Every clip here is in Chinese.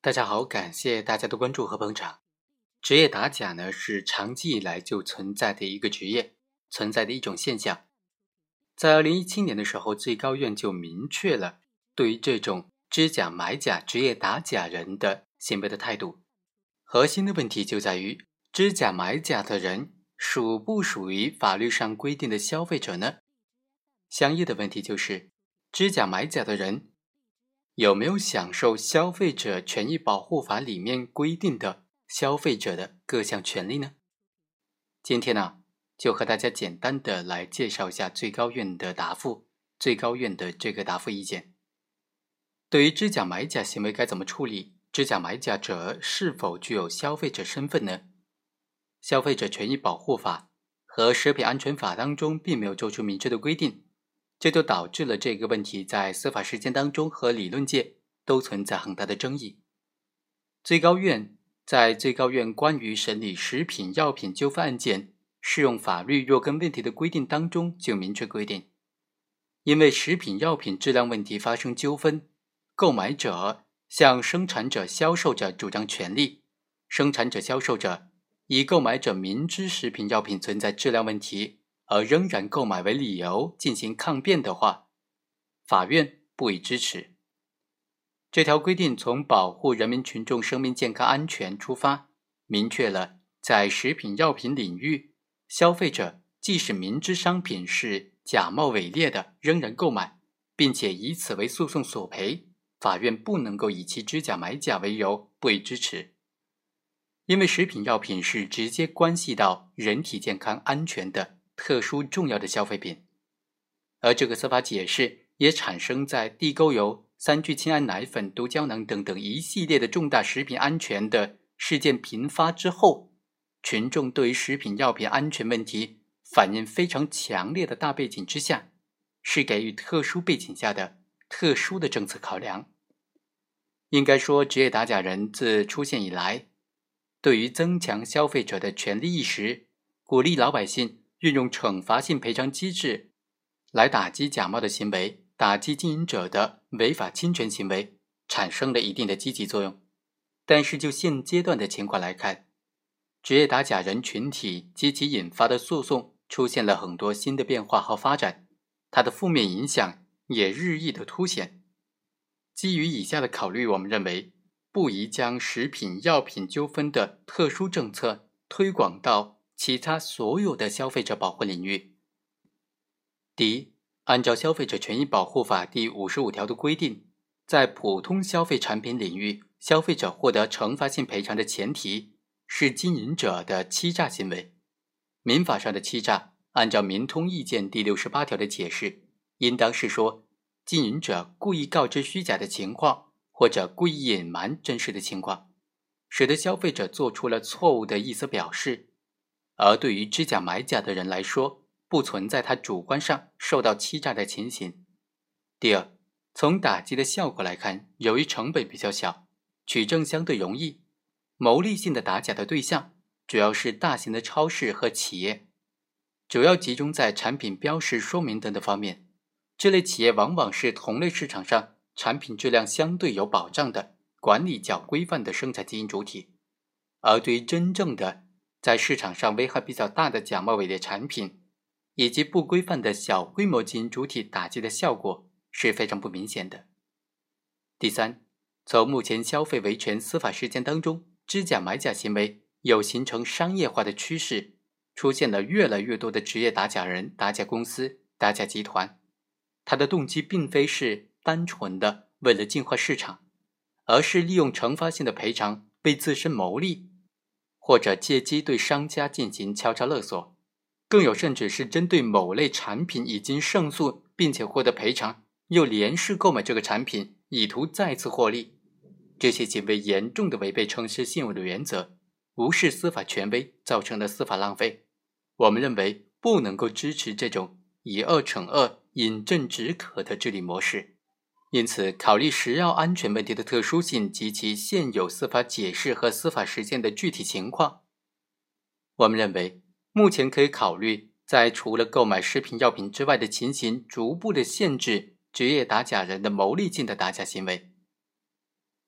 大家好，感谢大家的关注和捧场。职业打假呢，是长期以来就存在的一个职业，存在的一种现象。在2017年的时候，最高院就明确了对于这种知假买假职业打假人的行为的态度。核心的问题就在于，知假买假的人属不属于法律上规定的消费者呢？相应的问题就是，知假买假的人有没有享受消费者权益保护法里面规定的消费者的各项权利呢？今天呢，就和大家简单的来介绍一下最高院的答复，最高院的这个答复意见。对于知假买假行为该怎么处理？知假买假者是否具有消费者身份呢？消费者权益保护法和食品安全法当中并没有做出明确的规定，这就导致了这个问题在司法实践当中和理论界都存在很大的争议。最高院在最高院关于审理食品药品纠纷案件适用法律若干问题的规定当中就明确规定，因为食品药品质量问题发生纠纷，购买者向生产者、销售者主张权利，生产者、销售者以购买者明知食品药品存在质量问题而仍然购买为理由进行抗辩的话，法院不予支持。这条规定从保护人民群众生命健康安全出发，明确了在食品药品领域，消费者即使明知商品是假冒伪劣的，仍然购买，并且以此为诉讼索赔，法院不能够以其知假买假为由不予支持。因为食品药品是直接关系到人体健康安全的特殊重要的消费品，而这个司法解释也产生在地沟油、3聚氰胺奶粉、毒胶囊等等一系列的重大食品安全的事件频发之后，群众对于食品药品安全问题反应非常强烈的大背景之下，是给予特殊背景下的特殊的政策考量。应该说，职业打假人自出现以来，对于增强消费者的权利意识，鼓励老百姓运用惩罚性赔偿机制来打击假冒的行为，打击经营者的违法侵权行为，产生了一定的积极作用。但是就现阶段的情况来看，职业打假人群体及其引发的诉讼出现了很多新的变化和发展，它的负面影响也日益的凸显。基于以下的考虑，我们认为不宜将食品药品纠纷的特殊政策推广到其他所有的消费者保护领域。第一，按照消费者权益保护法第55条的规定，在普通消费产品领域，消费者获得惩罚性赔偿的前提是经营者的欺诈行为。民法上的欺诈，按照民通意见第68条的解释，应当是说经营者故意告知虚假的情况，或者故意隐瞒真实的情况，使得消费者做出了错误的意思表示。而对于知假买假的人来说，不存在他主观上受到欺诈的情形。第二，从打击的效果来看，由于成本比较小，取证相对容易，牟利性的打假的对象主要是大型的超市和企业，主要集中在产品标识说明等的方面。这类企业往往是同类市场上产品质量相对有保障的、管理较规范的生产经营主体。而对于真正的在市场上危害比较大的假冒伪劣产品以及不规范的小规模经营主体，打击的效果是非常不明显的。第三，从目前消费维权司法实践当中，知假买假行为有形成商业化的趋势，出现了越来越多的职业打假人、打假公司、打假集团。它的动机并非是单纯的为了净化市场，而是利用惩罚性的赔偿为自身牟利，或者借机对商家进行敲诈勒索，更有甚至是针对某类产品已经胜诉并且获得赔偿，又连续购买这个产品，以图再次获利。这些行为严重的违背诚实信用的原则，无视司法权威，造成了司法浪费。我们认为不能够支持这种以恶惩恶、饮鸩止渴的治理模式。因此，考虑食药安全问题的特殊性及其现有司法解释和司法实践的具体情况，我们认为目前可以考虑在除了购买食品药品之外的情形，逐步的限制职业打假人的牟利性的打假行为。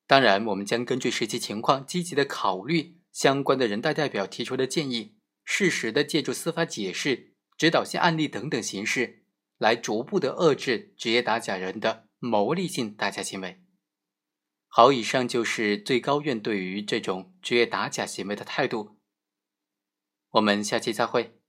当然，我们将根据实际情况积极的考虑相关的人大代表提出的建议，适时的借助司法解释、指导性案例等等形式，来逐步的遏制职业打假人的牟利性打假行为。好，以上就是最高院对于这种职业打假行为的态度。我们下期再会。